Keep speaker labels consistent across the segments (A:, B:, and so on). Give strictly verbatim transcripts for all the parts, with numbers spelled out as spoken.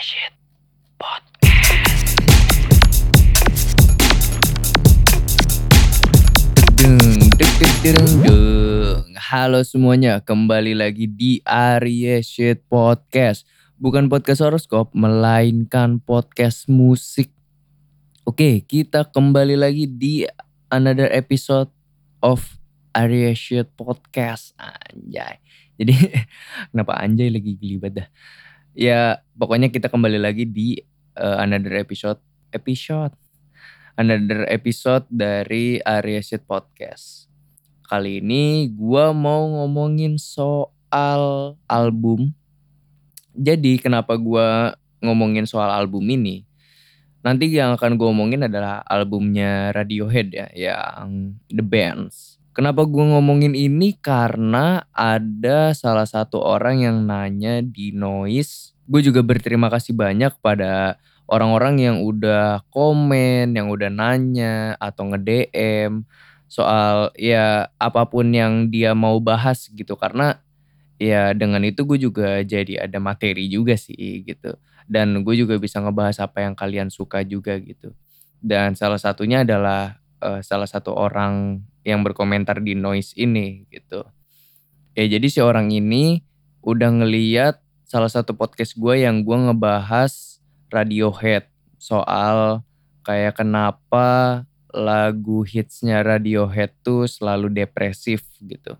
A: Shit Podcast. Deng, deng, deng, deng, deng. Halo semuanya, kembali lagi di Arya Shit Podcast. Bukan podcast horoskop, melainkan podcast musik. Oke, kita kembali lagi di another episode of Arya Shit Podcast. Anjay. Jadi kenapa anjay lagi gelibat dah. Ya, pokoknya kita kembali lagi di uh, another episode episode another episode dari Arya Shit Podcast. Kali ini gua mau ngomongin soal album. Jadi kenapa gua ngomongin soal album ini? Nanti yang akan gue omongin adalah albumnya Radiohead ya, yang The Bands. Kenapa gue ngomongin ini? Karena ada salah satu orang yang nanya di Noise. Gue juga berterima kasih banyak pada orang-orang yang udah komen, yang udah nanya atau nge-D M soal ya apapun yang dia mau bahas gitu. Karena ya dengan itu gue juga jadi ada materi juga sih gitu. Dan gue juga bisa ngebahas apa yang kalian suka juga gitu. Dan salah satunya adalah uh, salah satu orang yang berkomentar di Noise ini gitu. Ya jadi si orang ini udah ngeliat salah satu podcast gue yang gue ngebahas Radiohead. Soal kayak kenapa lagu hitsnya Radiohead tuh selalu depresif gitu.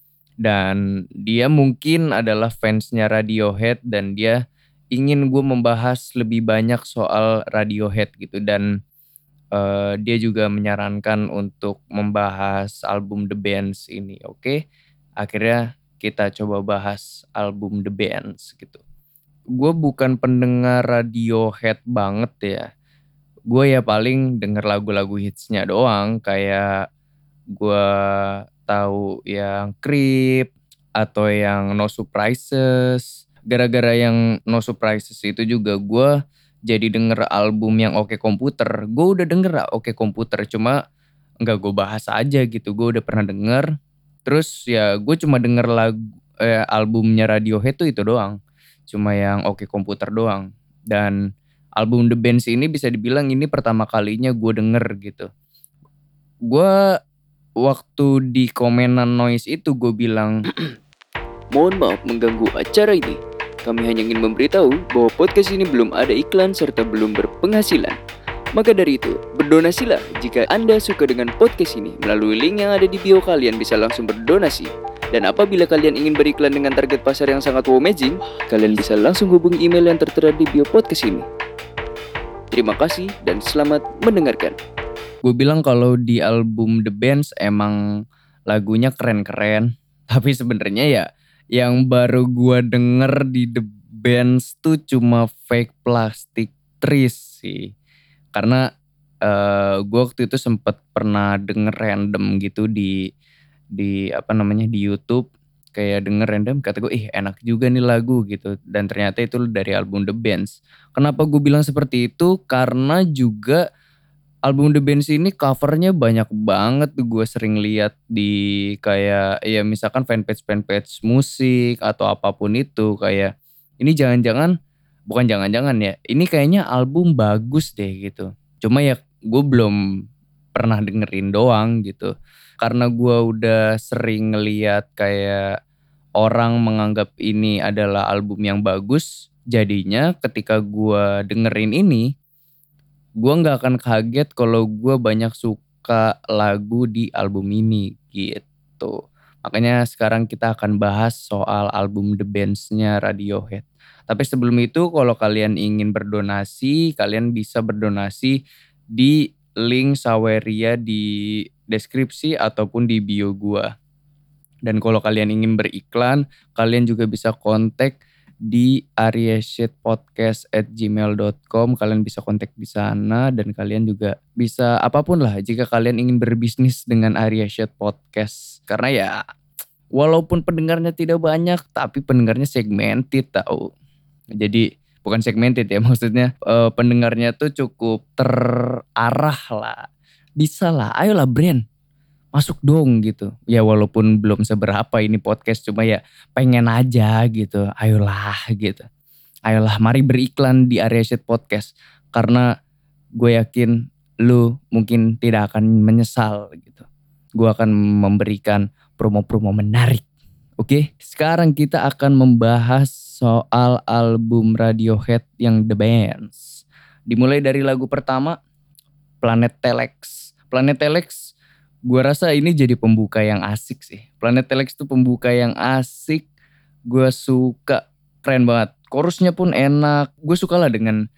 A: Dan dia mungkin adalah fansnya Radiohead dan dia ingin gue membahas lebih banyak soal Radiohead gitu. Dan uh, dia juga menyarankan untuk membahas album The Bands ini, oke? Akhirnya kita coba bahas album The Bands gitu. Gue bukan pendengar Radiohead banget ya. Gue ya paling denger lagu-lagu hitsnya doang, kayak gue tahu yang Creep atau yang No Surprises. Gara-gara yang No Surprises itu juga gue jadi denger album yang Oke Komputer. Gue udah denger Oke Komputer, cuma nggak gue bahas aja gitu. Gue udah pernah denger. Terus ya gue cuma denger lagu eh, albumnya Radiohead tuh itu doang. Cuma yang Oke Komputer doang. Dan album The Bands ini bisa dibilang ini pertama kalinya gue denger gitu. Gue waktu di komenan Noise itu gue bilang, mohon maaf mengganggu acara ini. Kami hanya ingin memberitahu bahwa podcast ini belum ada iklan serta belum berpenghasilan. Maka dari itu, berdonasilah jika Anda suka dengan podcast ini. Melalui link yang ada di bio kalian bisa langsung berdonasi. Dan apabila kalian ingin beriklan dengan target pasar yang sangat wow amazing, kalian bisa langsung hubungi email yang tertera di bio podcast ini. Terima kasih dan selamat mendengarkan. Gue bilang kalau di album The Bands emang lagunya keren-keren. Tapi sebenarnya ya yang baru gue denger di The Bands tuh cuma Fake Plastic Trees sih. Karena uh, gue waktu itu sempet pernah denger random gitu di di apa namanya di YouTube. Kayak denger random, kata gue ih enak juga nih lagu gitu. Dan ternyata itu dari album The Bands. Kenapa gue bilang seperti itu? Karena juga album The Bands ini covernya banyak banget tuh gue sering lihat di kayak ya misalkan fanpage-fanpage musik atau apapun itu. Kayak ini jangan-jangan, bukan jangan-jangan ya, ini kayaknya album bagus deh gitu. Cuma ya gue belum pernah dengerin doang gitu. Karena gue udah sering ngeliat kayak orang menganggap ini adalah album yang bagus. Jadinya ketika gue dengerin ini, gue gak akan kaget kalau gue banyak suka lagu di album ini gitu. Makanya sekarang kita akan bahas soal album The Bands-nya Radiohead. Tapi sebelum itu kalau kalian ingin berdonasi, kalian bisa berdonasi di link Saweria di deskripsi ataupun di bio gue. Dan kalau kalian ingin beriklan, kalian juga bisa kontak di aryashitpodcast at gmail dot com. Kalian bisa kontak di sana dan kalian juga bisa apapun lah jika kalian ingin berbisnis dengan Arya Shit Podcast. Karena ya walaupun pendengarnya tidak banyak tapi pendengarnya segmented tahu. Jadi bukan segmented ya, maksudnya uh, pendengarnya tuh cukup terarah lah. Bisa lah, ayolah brand. Masuk dong gitu. Ya walaupun belum seberapa ini podcast, cuma ya pengen aja gitu. Ayolah gitu. ayolah mari beriklan di Area Shit Podcast. Karena gue yakin lu mungkin tidak akan menyesal gitu. Gue akan memberikan promo-promo menarik. Oke, sekarang kita akan membahas soal album Radiohead yang The Bands. Dimulai dari lagu pertama, Planet Telex. Planet Telex, gue rasa ini jadi pembuka yang asik sih. Planet Telex tuh pembuka yang asik, gue suka, keren banget. Chorusnya pun enak, gue suka lah dengan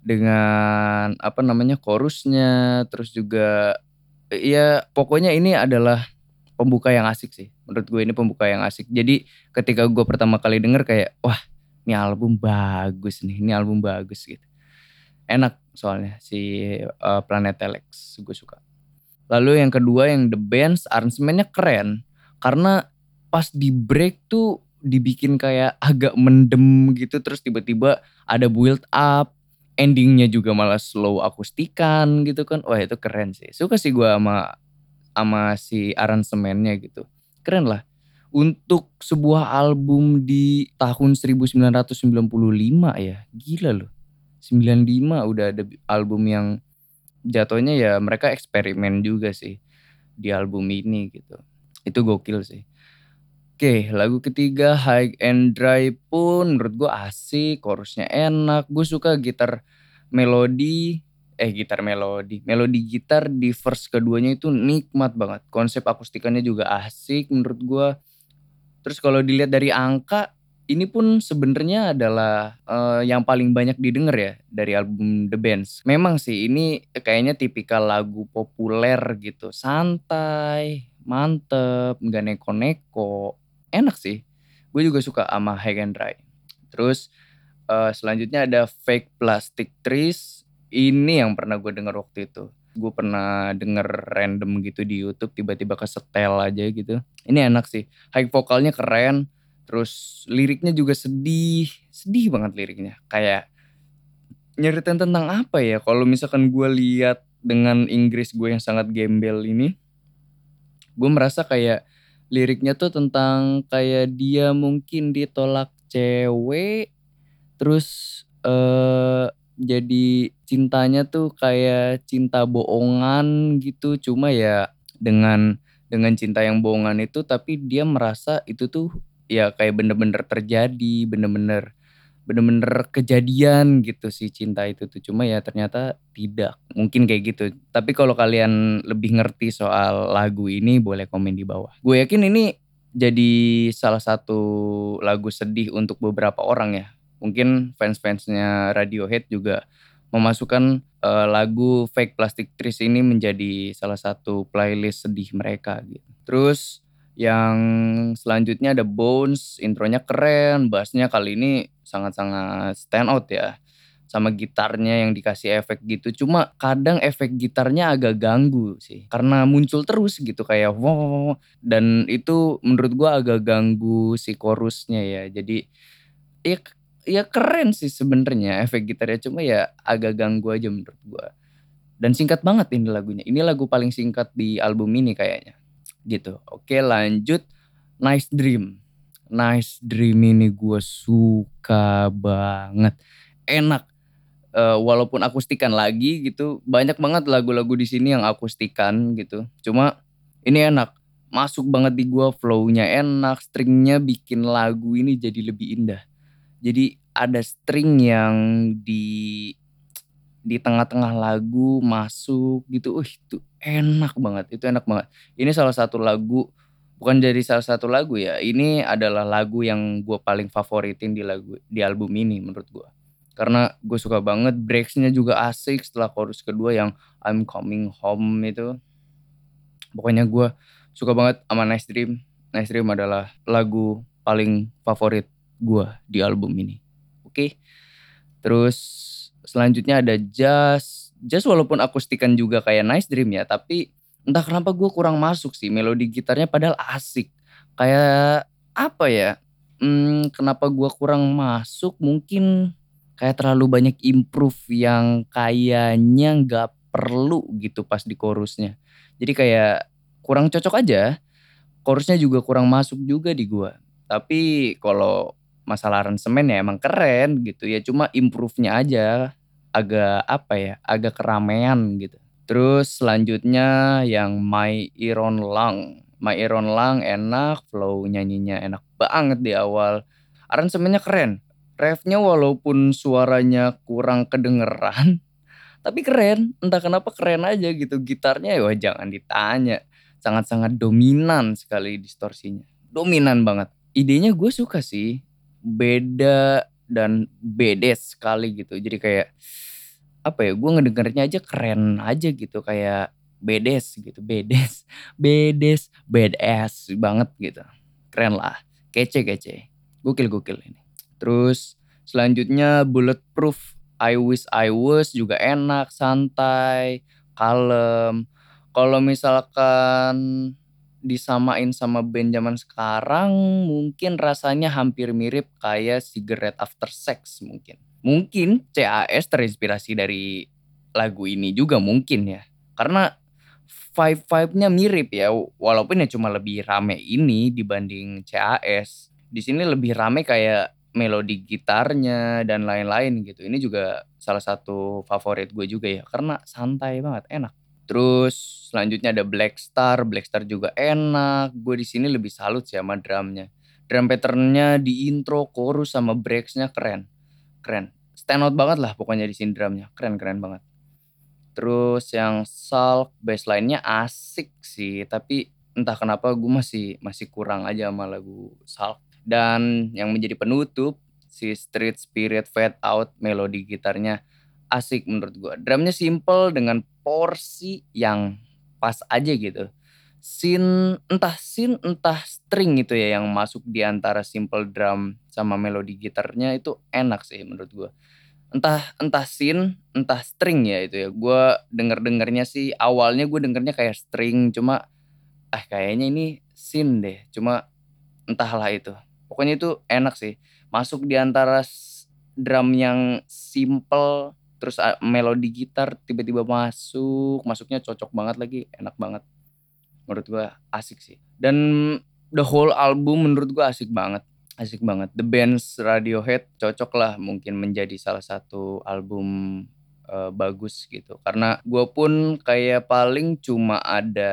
A: dengan apa namanya chorusnya, terus juga ya pokoknya ini adalah pembuka yang asik sih. Menurut gue ini pembuka yang asik. Jadi ketika gue pertama kali denger kayak wah ini album bagus nih, ini album bagus gitu. Enak soalnya si uh, Planet Telex gue suka. Lalu yang kedua yang The Bands, aransemennya keren. Karena pas di break tuh dibikin kayak agak mendem gitu. Terus tiba-tiba ada build up. Endingnya juga malah slow akustikan gitu kan. Wah itu keren sih. Suka sih gue sama sama si aransemennya gitu. Keren lah. Untuk sebuah album di tahun seribu sembilan ratus sembilan puluh lima ya. Gila loh. sembilan puluh lima udah ada album yang jatuhnya ya mereka eksperimen juga sih di album ini gitu. Itu gokil sih. Oke, lagu ketiga High and Dry pun menurut gue asik, chorusnya enak. Gue suka gitar melodi, eh gitar melodi, melodi gitar di verse keduanya itu nikmat banget. Konsep akustikannya juga asik menurut gue. Terus kalau dilihat dari angka, ini pun sebenarnya adalah uh, yang paling banyak didengar ya dari album The Bands. Memang sih ini kayaknya tipikal lagu populer gitu, santai, mantep, nggak neko-neko, enak sih. Gue juga suka sama High and Dry. Terus uh, selanjutnya ada Fake Plastic Trees. Ini yang pernah gue dengar waktu itu. Gue pernah denger random gitu di YouTube, tiba-tiba kesetel aja gitu. Ini enak sih, high vokalnya keren, terus liriknya juga sedih, sedih banget liriknya. Kayak nyeritain tentang apa ya, kalau misalkan gue lihat dengan Inggris gue yang sangat gembel ini, gue merasa kayak liriknya tuh tentang kayak dia mungkin ditolak cewek, terus eh jadi cintanya tuh kayak cinta bohongan gitu. Cuma ya dengan dengan cinta yang bohongan itu tapi dia merasa itu tuh ya kayak bener-bener terjadi, bener-bener bener-bener kejadian gitu sih cinta itu tuh. Cuma ya ternyata tidak. Mungkin kayak gitu. Tapi kalau kalian lebih ngerti soal lagu ini boleh komen di bawah. Gue yakin ini jadi salah satu lagu sedih untuk beberapa orang ya. Mungkin fans-fansnya Radiohead juga memasukkan uh, lagu Fake Plastic Trees ini menjadi salah satu playlist sedih mereka gitu. Terus yang selanjutnya ada Bones, intronya keren, bassnya kali ini sangat-sangat stand out ya. Sama gitarnya yang dikasih efek gitu. Cuma kadang efek gitarnya agak ganggu sih. Karena muncul terus gitu kayak wow. Dan itu menurut gua agak ganggu si chorusnya ya. Jadi ya, ya keren sih sebenarnya efek gitarnya. Cuma ya agak ganggu aja menurut gua. Dan singkat banget ini lagunya. Ini lagu paling singkat di album ini kayaknya. Gitu. Oke lanjut. Nice Dream. Nice Dream ini gue suka banget. Enak. Uh, walaupun akustikan lagi gitu. Banyak banget lagu-lagu di sini yang akustikan gitu. Cuma ini enak. Masuk banget di gue, flow-nya enak. Stringnya bikin lagu ini jadi lebih indah. Jadi ada string yang di di tengah-tengah lagu masuk gitu. Uh itu enak banget. Itu enak banget. Ini salah satu lagu, bukan jadi salah satu lagu ya. Ini adalah lagu yang gue paling favoritin di lagu di album ini menurut gue. Karena gue suka banget, breaks-nya juga asik setelah chorus kedua yang I'm Coming Home itu. Pokoknya gue suka banget sama Nice Dream. Nice Dream adalah lagu paling favorit gue di album ini. Oke. Okay? Terus selanjutnya ada Jazz. Jazz walaupun akustikan juga kayak Nice Dream ya. Tapi entah kenapa gue kurang masuk sih. Melodi gitarnya padahal asik. Kayak apa ya. Hmm, kenapa gue kurang masuk mungkin kayak terlalu banyak improve yang kayaknya gak perlu gitu pas di chorusnya. Jadi kayak kurang cocok aja. Chorusnya juga kurang masuk juga di gue. Tapi kalau masalah aransemen ya emang keren gitu ya, cuma improve-nya aja agak apa ya, agak keramaian gitu. Terus selanjutnya yang My Iron Lung. My Iron Lung enak, flow nyanyinya enak banget di awal. Aransemennya keren. Refnya walaupun suaranya kurang kedengeran, tapi keren. Entah kenapa keren aja gitu. Gitarnya ya wah jangan ditanya. Sangat-sangat dominan sekali distorsinya. Dominan banget. Idenya gue suka sih. Beda dan bedes sekali gitu. Jadi kayak apa ya, gue ngedengernya aja keren aja gitu, kayak bedes gitu, bedes, bedes, badass banget gitu. Keren lah, kece kece, gokil gokil ini. Terus selanjutnya Bulletproof, I Wish I Was juga enak, santai, kalem. Kalau misalkan disamain sama band zaman sekarang mungkin rasanya hampir mirip kayak Cigarette After Sex mungkin. Mungkin C A S terinspirasi dari lagu ini juga mungkin ya. Karena vibe-vibe-nya mirip ya, walaupun ya cuma lebih rame ini dibanding C A S. Di sini lebih rame kayak melodi gitarnya dan lain-lain gitu. Ini juga salah satu favorit gue juga ya, karena santai banget, enak. Terus selanjutnya ada Blackstar, Blackstar juga enak. Gue di sini lebih salut sih sama drumnya. Drum patternnya di intro, chorus sama breaks-nya keren. Keren. Stand out banget lah pokoknya di sini drumnya. Keren-keren banget. Terus yang Salk, bassline-nya asik sih. Tapi entah kenapa gue masih masih kurang aja sama lagu Salk. Dan yang menjadi penutup, si Street Spirit Fade Out, melodi gitarnya asik menurut gue. Drumnya simple dengan porsi yang pas aja gitu. Scene, entah scene, entah string itu ya yang masuk di antara simple drum sama melodi gitarnya itu enak sih menurut gue. Entah entah scene, entah string ya itu ya. Gue denger-dengernya sih awalnya gue dengernya kayak string cuma ah kayaknya ini scene deh. Cuma entahlah itu. Pokoknya itu enak sih. Masuk di antara s- drum yang simple terus a- melodi gitar tiba-tiba masuk, masuknya cocok banget lagi, enak banget. Menurut gua asik sih. Dan the whole album menurut gua asik banget. Asik banget. The Band's Radiohead cocok lah mungkin menjadi salah satu album eh, bagus gitu. Karena gua pun kayak paling cuma ada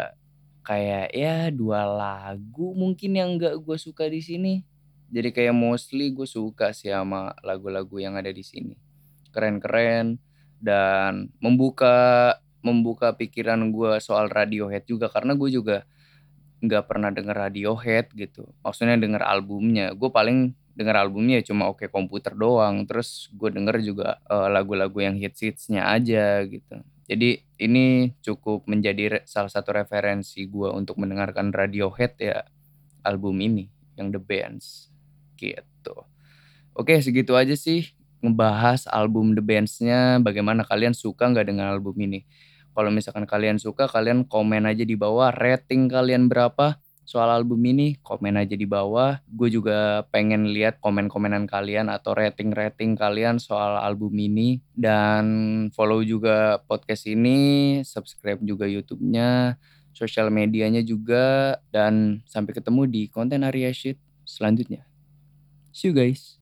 A: kayak ya dua lagu mungkin yang nggak gue suka di sini. Jadi kayak mostly gue suka sih sama lagu-lagu yang ada di sini. Keren-keren dan membuka membuka pikiran gue soal Radiohead juga karena gue juga nggak pernah denger Radiohead gitu. Maksudnya denger albumnya. Gue paling denger albumnya ya cuma Oke Komputer doang. Terus gue denger juga eh, lagu-lagu yang hits-hitsnya aja gitu. Jadi ini cukup menjadi re- salah satu referensi gue untuk mendengarkan Radiohead ya album ini yang The Bands gitu. Oke segitu aja sih ngebahas album The Bands-nya. Bagaimana kalian suka nggak dengan album ini? Kalau misalkan kalian suka, kalian komen aja di bawah rating kalian berapa soal album ini. Komen aja di bawah. Gue juga pengen lihat komen-komenan kalian atau rating-rating kalian soal album ini. Dan follow juga podcast ini, subscribe juga YouTube-nya, sosial medianya juga. Dan sampai ketemu di konten Arya Shit selanjutnya. See you guys.